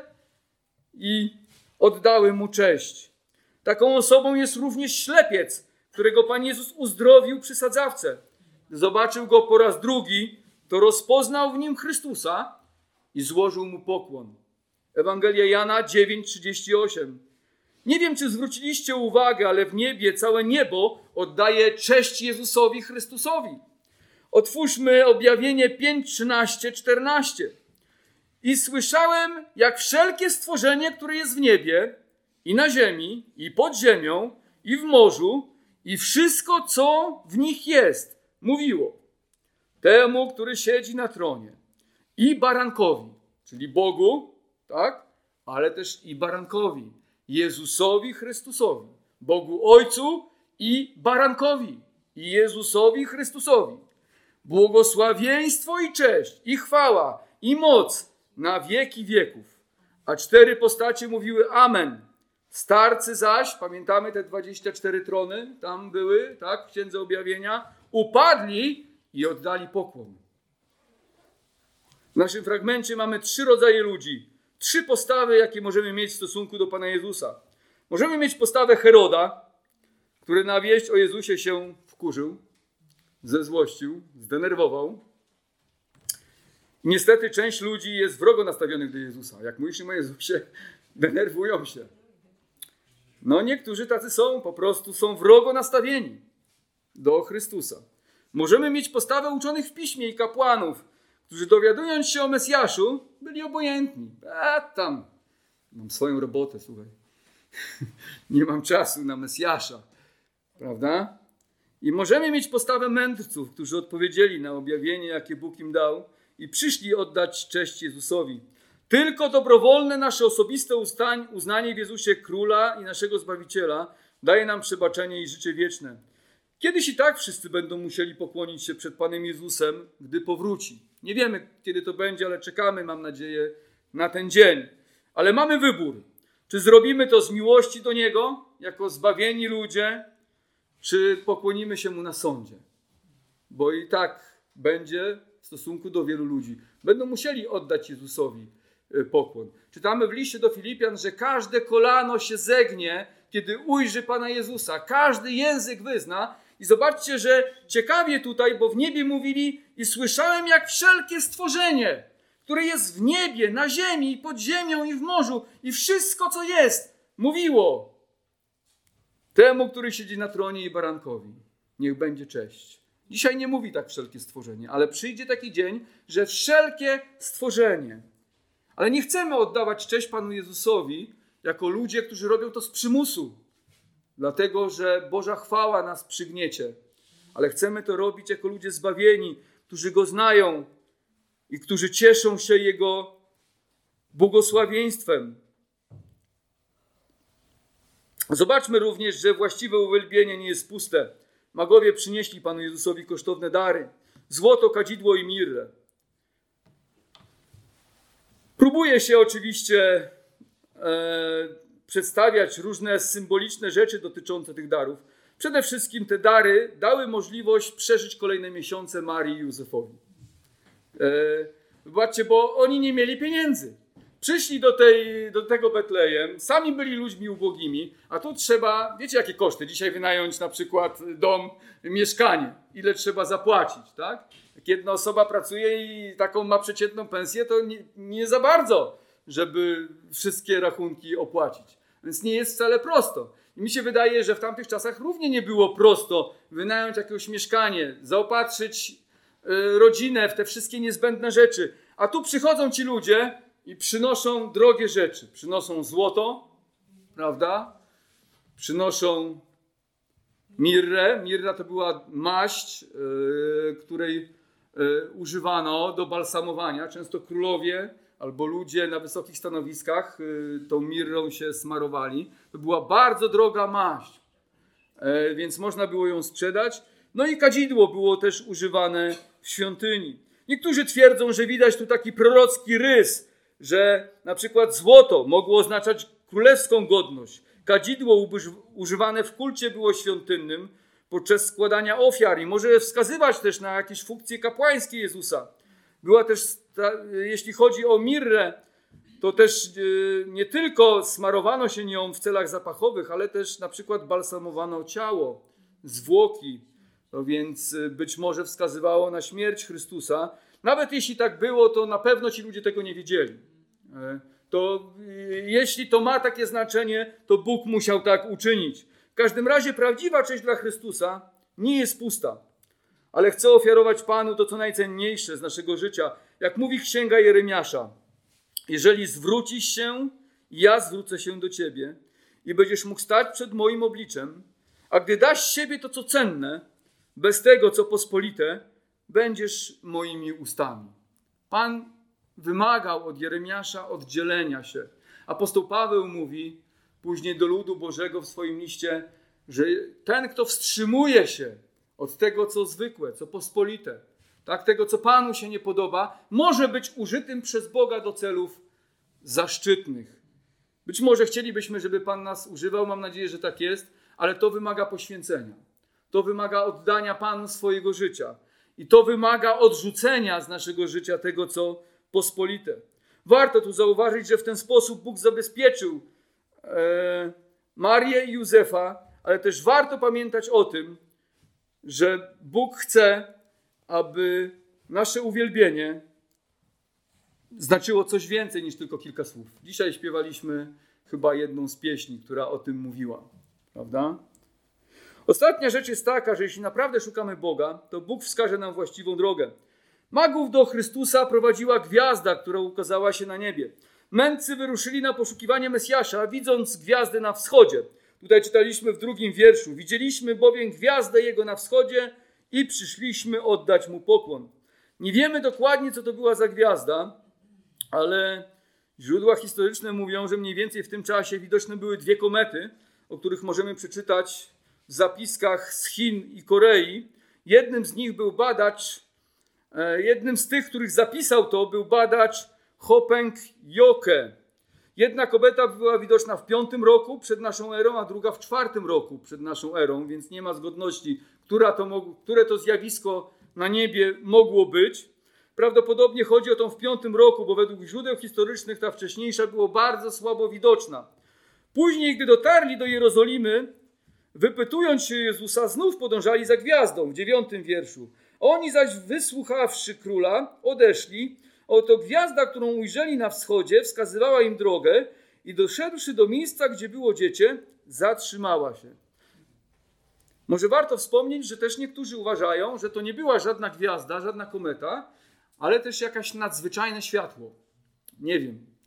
i oddały Mu cześć. Taką osobą jest również ślepiec, którego Pan Jezus uzdrowił przy sadzawce. Gdy zobaczył Go po raz drugi, to rozpoznał w Nim Chrystusa i złożył Mu pokłon. Ewangelia Jana dziewięć, trzydzieści osiem. Nie wiem, czy zwróciliście uwagę, ale w niebie całe niebo oddaje cześć Jezusowi Chrystusowi. Otwórzmy Objawienie pięć, trzynaście, czternaście. I słyszałem, jak wszelkie stworzenie, które jest w niebie, i na ziemi, i pod ziemią, i w morzu, i wszystko, co w nich jest, mówiło temu, który siedzi na tronie, i barankowi, czyli Bogu, tak? Ale też i barankowi, Jezusowi Chrystusowi, Bogu Ojcu i barankowi, i Jezusowi Chrystusowi. Błogosławieństwo i cześć, i chwała, i moc na wieki wieków. A cztery postacie mówiły amen. Starcy zaś, pamiętamy te dwadzieścia cztery trony, tam były, tak, w Księdze Objawienia, upadli i oddali pokłon. W naszym fragmencie mamy trzy rodzaje ludzi, trzy postawy, jakie możemy mieć w stosunku do Pana Jezusa. Możemy mieć postawę Heroda, który na wieść o Jezusie się wkurzył, zezłościł, zdenerwował. Niestety część ludzi jest wrogo nastawionych do Jezusa. Jak myślimy o Jezusie, denerwują się. No niektórzy tacy są, po prostu są wrogo nastawieni do Chrystusa. Możemy mieć postawę uczonych w Piśmie i kapłanów, którzy dowiadując się o Mesjaszu, byli obojętni. A tam, mam swoją robotę, słuchaj. Nie mam czasu na Mesjasza. Prawda? I możemy mieć postawę mędrców, którzy odpowiedzieli na objawienie, jakie Bóg im dał i przyszli oddać cześć Jezusowi. Tylko dobrowolne nasze osobiste ustań, uznanie w Jezusie Króla i naszego Zbawiciela daje nam przebaczenie i życie wieczne. Kiedyś i tak wszyscy będą musieli pokłonić się przed Panem Jezusem, gdy powróci. Nie wiemy, kiedy to będzie, ale czekamy, mam nadzieję, na ten dzień. Ale mamy wybór. Czy zrobimy to z miłości do Niego, jako zbawieni ludzie, czy pokłonimy się Mu na sądzie. Bo i tak będzie w stosunku do wielu ludzi. Będą musieli oddać Jezusowi pokłon. Czytamy w liście do Filipian, że każde kolano się zegnie, kiedy ujrzy Pana Jezusa. Każdy język wyzna. I zobaczcie, że ciekawie tutaj, bo w niebie mówili i słyszałem, jak wszelkie stworzenie, które jest w niebie, na ziemi, pod ziemią i w morzu i wszystko, co jest, mówiło temu, który siedzi na tronie i barankowi. Niech będzie cześć. Dzisiaj nie mówi tak wszelkie stworzenie, ale przyjdzie taki dzień, że wszelkie stworzenie. Ale nie chcemy oddawać cześć Panu Jezusowi jako ludzie, którzy robią to z przymusu. Dlatego, że Boża chwała nas przygniecie. Ale chcemy to robić jako ludzie zbawieni, którzy Go znają i którzy cieszą się Jego błogosławieństwem. Zobaczmy również, że właściwe uwielbienie nie jest puste. Magowie przynieśli Panu Jezusowi kosztowne dary. Złoto, kadzidło i mirrę. Próbuje się oczywiście e, przedstawiać różne symboliczne rzeczy dotyczące tych darów. Przede wszystkim te dary dały możliwość przeżyć kolejne miesiące Marii i Józefowi. E, zobaczcie, bo oni nie mieli pieniędzy. Przyszli do, tej, do tego Betlejem, sami byli ludźmi ubogimi, a tu trzeba, wiecie jakie koszty? Dzisiaj wynająć na przykład dom, mieszkanie. Ile trzeba zapłacić, tak? Jak jedna osoba pracuje i taką ma przeciętną pensję, to nie, nie za bardzo, żeby wszystkie rachunki opłacić. Więc nie jest wcale prosto. I mi się wydaje, że w tamtych czasach równie nie było prosto wynająć jakieś mieszkanie, zaopatrzyć y, rodzinę w te wszystkie niezbędne rzeczy. A tu przychodzą ci ludzie i przynoszą drogie rzeczy. Przynoszą złoto, prawda? Przynoszą mirrę. Mirra to była maść, yy, której yy, używano do balsamowania. Często królowie albo ludzie na wysokich stanowiskach yy, tą mirrą się smarowali. To była bardzo droga maść, yy, więc można było ją sprzedać. No i kadzidło było też używane w świątyni. Niektórzy twierdzą, że widać tu taki prorocki rys, że na przykład złoto mogło oznaczać królewską godność. Kadzidło używane w kulcie było świątynnym podczas składania ofiar i może wskazywać też na jakieś funkcje kapłańskie Jezusa. Była też, jeśli chodzi o mirrę, to też nie tylko smarowano się nią w celach zapachowych, ale też na przykład balsamowano ciało, zwłoki. No więc być może wskazywało na śmierć Chrystusa. Nawet jeśli tak było, to na pewno ci ludzie tego nie wiedzieli. To jeśli to ma takie znaczenie, to Bóg musiał tak uczynić. W każdym razie prawdziwa cześć dla Chrystusa nie jest pusta. Ale chcę ofiarować Panu to, co najcenniejsze z naszego życia. Jak mówi Księga Jeremiasza, jeżeli zwrócisz się, ja zwrócę się do Ciebie i będziesz mógł stać przed moim obliczem, a gdy dasz siebie to, co cenne, bez tego, co pospolite, będziesz moimi ustami. Pan wymagał od Jeremiasza oddzielenia się. Apostoł Paweł mówi później do ludu Bożego w swoim liście, że ten, kto wstrzymuje się od tego, co zwykłe, co pospolite, tak, tego, co Panu się nie podoba, może być użytym przez Boga do celów zaszczytnych. Być może chcielibyśmy, żeby Pan nas używał, mam nadzieję, że tak jest, ale to wymaga poświęcenia. To wymaga oddania Panu swojego życia. I to wymaga odrzucenia z naszego życia tego, co pospolite. Warto tu zauważyć, że w ten sposób Bóg zabezpieczył e, Marię i Józefa, ale też warto pamiętać o tym, że Bóg chce, aby nasze uwielbienie znaczyło coś więcej niż tylko kilka słów. Dzisiaj śpiewaliśmy chyba jedną z pieśni, która o tym mówiła. Prawda? Ostatnia rzecz jest taka, że jeśli naprawdę szukamy Boga, to Bóg wskaże nam właściwą drogę. Magów do Chrystusa prowadziła gwiazda, która ukazała się na niebie. Mędrcy wyruszyli na poszukiwanie Mesjasza, widząc gwiazdę na wschodzie. Tutaj czytaliśmy w drugim wierszu. Widzieliśmy bowiem gwiazdę Jego na wschodzie i przyszliśmy oddać Mu pokłon. Nie wiemy dokładnie, co to była za gwiazda, ale źródła historyczne mówią, że mniej więcej w tym czasie widoczne były dwie komety, o których możemy przeczytać w zapiskach z Chin i Korei. Jednym z nich był badacz, jednym z tych, których zapisał to, był badacz Hopeng Joke. Jedna kometa była widoczna w piątym roku przed naszą erą, a druga w czwartym roku przed naszą erą, więc nie ma zgodności, która to mogło, które to zjawisko na niebie mogło być. Prawdopodobnie chodzi o tą w piątym roku, bo według źródeł historycznych ta wcześniejsza była bardzo słabo widoczna. Później, gdy dotarli do Jerozolimy, wypytując się Jezusa, znów podążali za gwiazdą w dziewiątym wierszu. Oni zaś, wysłuchawszy króla, odeszli. Oto gwiazda, którą ujrzeli na wschodzie, wskazywała im drogę i doszedłszy do miejsca, gdzie było dziecię, zatrzymała się. Może warto wspomnieć, że też niektórzy uważają, że to nie była żadna gwiazda, żadna kometa, ale też jakaś nadzwyczajne światło. Nie wiem.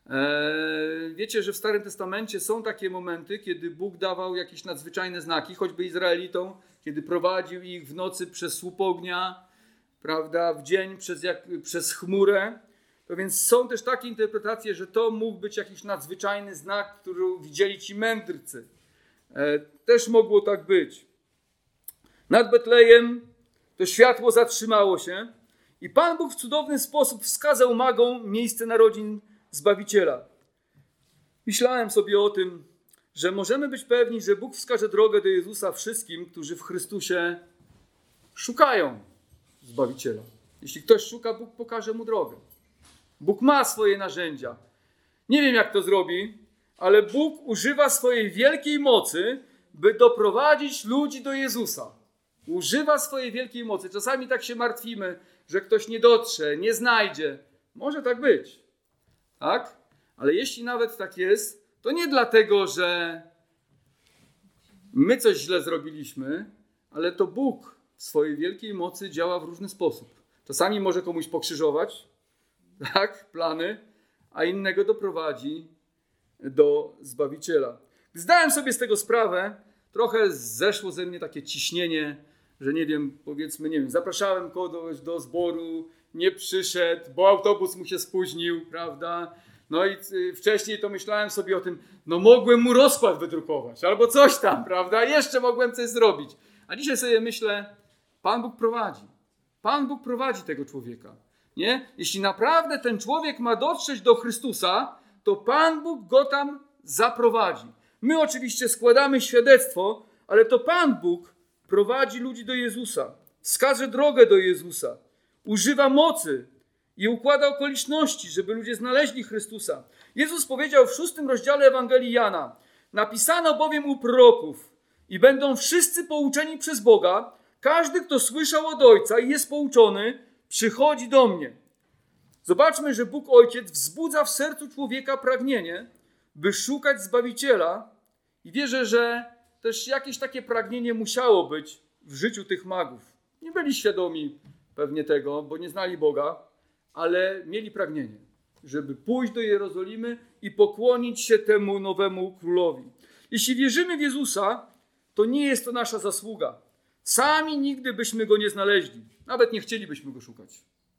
Wiecie, że w Starym Testamencie są takie momenty, kiedy Bóg dawał jakieś nadzwyczajne znaki, choćby Izraelitom, kiedy prowadził ich w nocy przez słup ognia, prawda, w dzień przez, jak, przez chmurę. To więc są też takie interpretacje, że to mógł być jakiś nadzwyczajny znak, który widzieli ci mędrcy. Też mogło tak być. Nad Betlejem to światło zatrzymało się i Pan Bóg w cudowny sposób wskazał magom miejsce narodzin Zbawiciela. Myślałem sobie o tym, że możemy być pewni, że Bóg wskaże drogę do Jezusa wszystkim, którzy w Chrystusie szukają Zbawiciela. Jeśli ktoś szuka, Bóg pokaże mu drogę. Bóg ma swoje narzędzia. Nie wiem, jak to zrobi, ale Bóg używa swojej wielkiej mocy, by doprowadzić ludzi do Jezusa. Używa swojej wielkiej mocy. Czasami tak się martwimy, że ktoś nie dotrze, nie znajdzie. Może tak być. Tak? Ale jeśli nawet tak jest, to nie dlatego, że my coś źle zrobiliśmy, ale to Bóg w swojej wielkiej mocy działa w różny sposób. Czasami może komuś pokrzyżować, tak, plany, a innego doprowadzi do Zbawiciela. Gdy zdałem sobie z tego sprawę, trochę zeszło ze mnie takie ciśnienie, że nie wiem, powiedzmy, nie wiem, zapraszałem kogoś do zboru, nie przyszedł, bo autobus mu się spóźnił, prawda? No i wcześniej to myślałem sobie o tym, no mogłem mu rozkład wydrukować, albo coś tam, prawda? Jeszcze mogłem coś zrobić. A dzisiaj sobie myślę, Pan Bóg prowadzi. Pan Bóg prowadzi tego człowieka. Nie? Jeśli naprawdę ten człowiek ma dotrzeć do Chrystusa, to Pan Bóg go tam zaprowadzi. My oczywiście składamy świadectwo, ale to Pan Bóg prowadzi ludzi do Jezusa. Wskaże drogę do Jezusa. Używa mocy i układa okoliczności, żeby ludzie znaleźli Chrystusa. Jezus powiedział w szóstym rozdziale Ewangelii Jana: napisano bowiem u proroków i będą wszyscy pouczeni przez Boga. Każdy, kto słyszał od Ojca i jest pouczony, przychodzi do mnie. Zobaczmy, że Bóg Ojciec wzbudza w sercu człowieka pragnienie, by szukać Zbawiciela, i wierzę, że też jakieś takie pragnienie musiało być w życiu tych magów. Nie byli świadomi pewnie tego, bo nie znali Boga, ale mieli pragnienie, żeby pójść do Jerozolimy i pokłonić się temu nowemu królowi. Jeśli wierzymy w Jezusa, to nie jest to nasza zasługa. Sami nigdy byśmy go nie znaleźli. Nawet nie chcielibyśmy go szukać.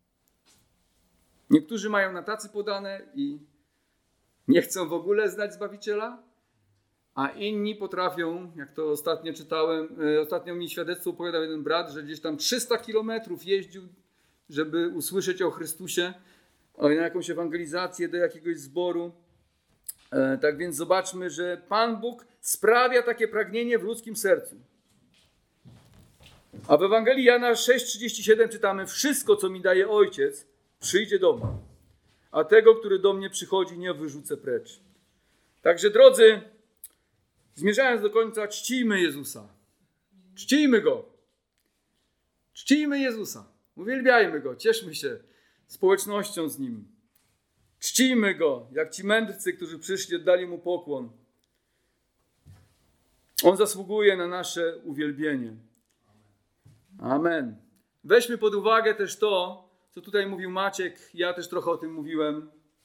Niektórzy mają na tacy podane i nie chcą w ogóle znać Zbawiciela, a inni potrafią, jak to ostatnio czytałem, ostatnio mi świadectwo opowiadał jeden brat, że gdzieś tam trzysta kilometrów jeździł, żeby usłyszeć o Chrystusie, na jakąś ewangelizację do jakiegoś zboru. Tak więc zobaczmy, że Pan Bóg sprawia takie pragnienie w ludzkim sercu. A w Ewangelii Jana sześć trzydzieści siedem czytamy: wszystko, co mi daje Ojciec, przyjdzie do mnie, a tego, który do mnie przychodzi, nie wyrzucę precz. Także, drodzy, zmierzając do końca, czcijmy Jezusa. Czcijmy Go. Czcijmy Jezusa. Uwielbiajmy Go. Cieszmy się społecznością z Nim. Czcijmy Go, jak ci mędrcy, którzy przyszli, oddali Mu pokłon. On zasługuje na nasze uwielbienie. Amen. Weźmy pod uwagę też to, co tutaj mówił Maciek, ja też trochę o tym mówiłem,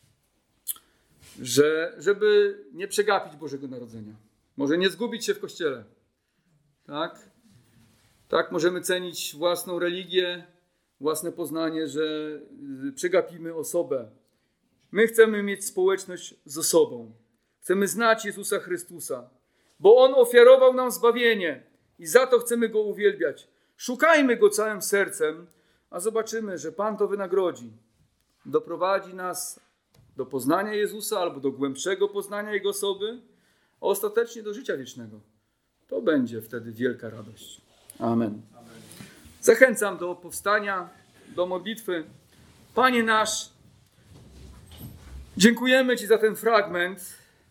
że żeby nie przegapić Bożego Narodzenia. Może nie zgubić się w Kościele. Tak? Tak możemy cenić własną religię, własne poznanie, że przegapimy osobę. My chcemy mieć społeczność z osobą. Chcemy znać Jezusa Chrystusa, bo On ofiarował nam zbawienie i za to chcemy Go uwielbiać. Szukajmy Go całym sercem, a zobaczymy, że Pan to wynagrodzi. Doprowadzi nas do poznania Jezusa albo do głębszego poznania Jego osoby, a ostatecznie do życia wiecznego. To będzie wtedy wielka radość. Amen. Amen. Zachęcam do powstania, do modlitwy. Panie nasz, dziękujemy Ci za ten fragment.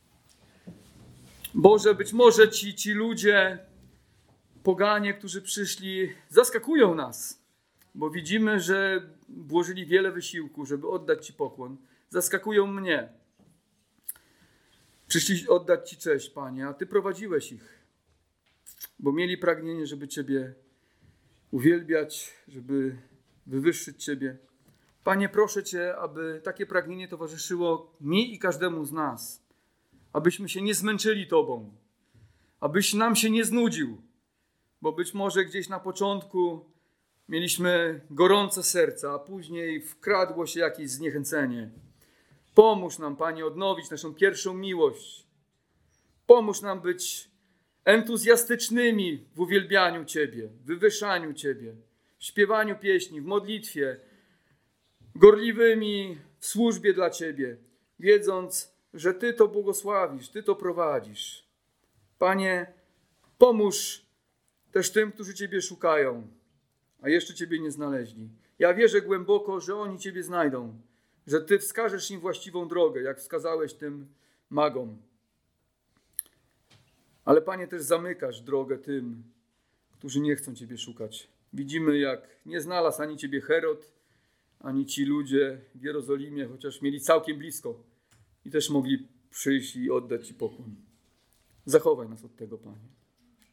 Boże, być może ci, ci ludzie, poganie, którzy przyszli, zaskakują nas, bo widzimy, że włożyli wiele wysiłku, żeby oddać Ci pokłon. Zaskakują mnie. Przyszli oddać Ci cześć, Panie, a Ty prowadziłeś ich, bo mieli pragnienie, żeby Ciebie uwielbiać, żeby wywyższyć Ciebie. Panie, proszę Cię, aby takie pragnienie towarzyszyło mi i każdemu z nas. Abyśmy się nie zmęczyli Tobą. Abyś nam się nie znudził. Bo być może gdzieś na początku mieliśmy gorące serca, a później wkradło się jakieś zniechęcenie. Pomóż nam, Panie, odnowić naszą pierwszą miłość. Pomóż nam być entuzjastycznymi w uwielbianiu Ciebie, w wywyższaniu Ciebie, w śpiewaniu pieśni, w modlitwie, gorliwymi w służbie dla Ciebie, wiedząc, że Ty to błogosławisz, Ty to prowadzisz. Panie, pomóż też tym, którzy Ciebie szukają, a jeszcze Ciebie nie znaleźli. Ja wierzę głęboko, że oni Ciebie znajdą, że Ty wskażesz im właściwą drogę, jak wskazałeś tym magom. Ale Panie, też zamykasz drogę tym, którzy nie chcą Ciebie szukać. Widzimy, jak nie znalazł ani Ciebie Herod, ani ci ludzie w Jerozolimie, chociaż mieli całkiem blisko i też mogli przyjść i oddać Ci pokłon. Zachowaj nas od tego, Panie.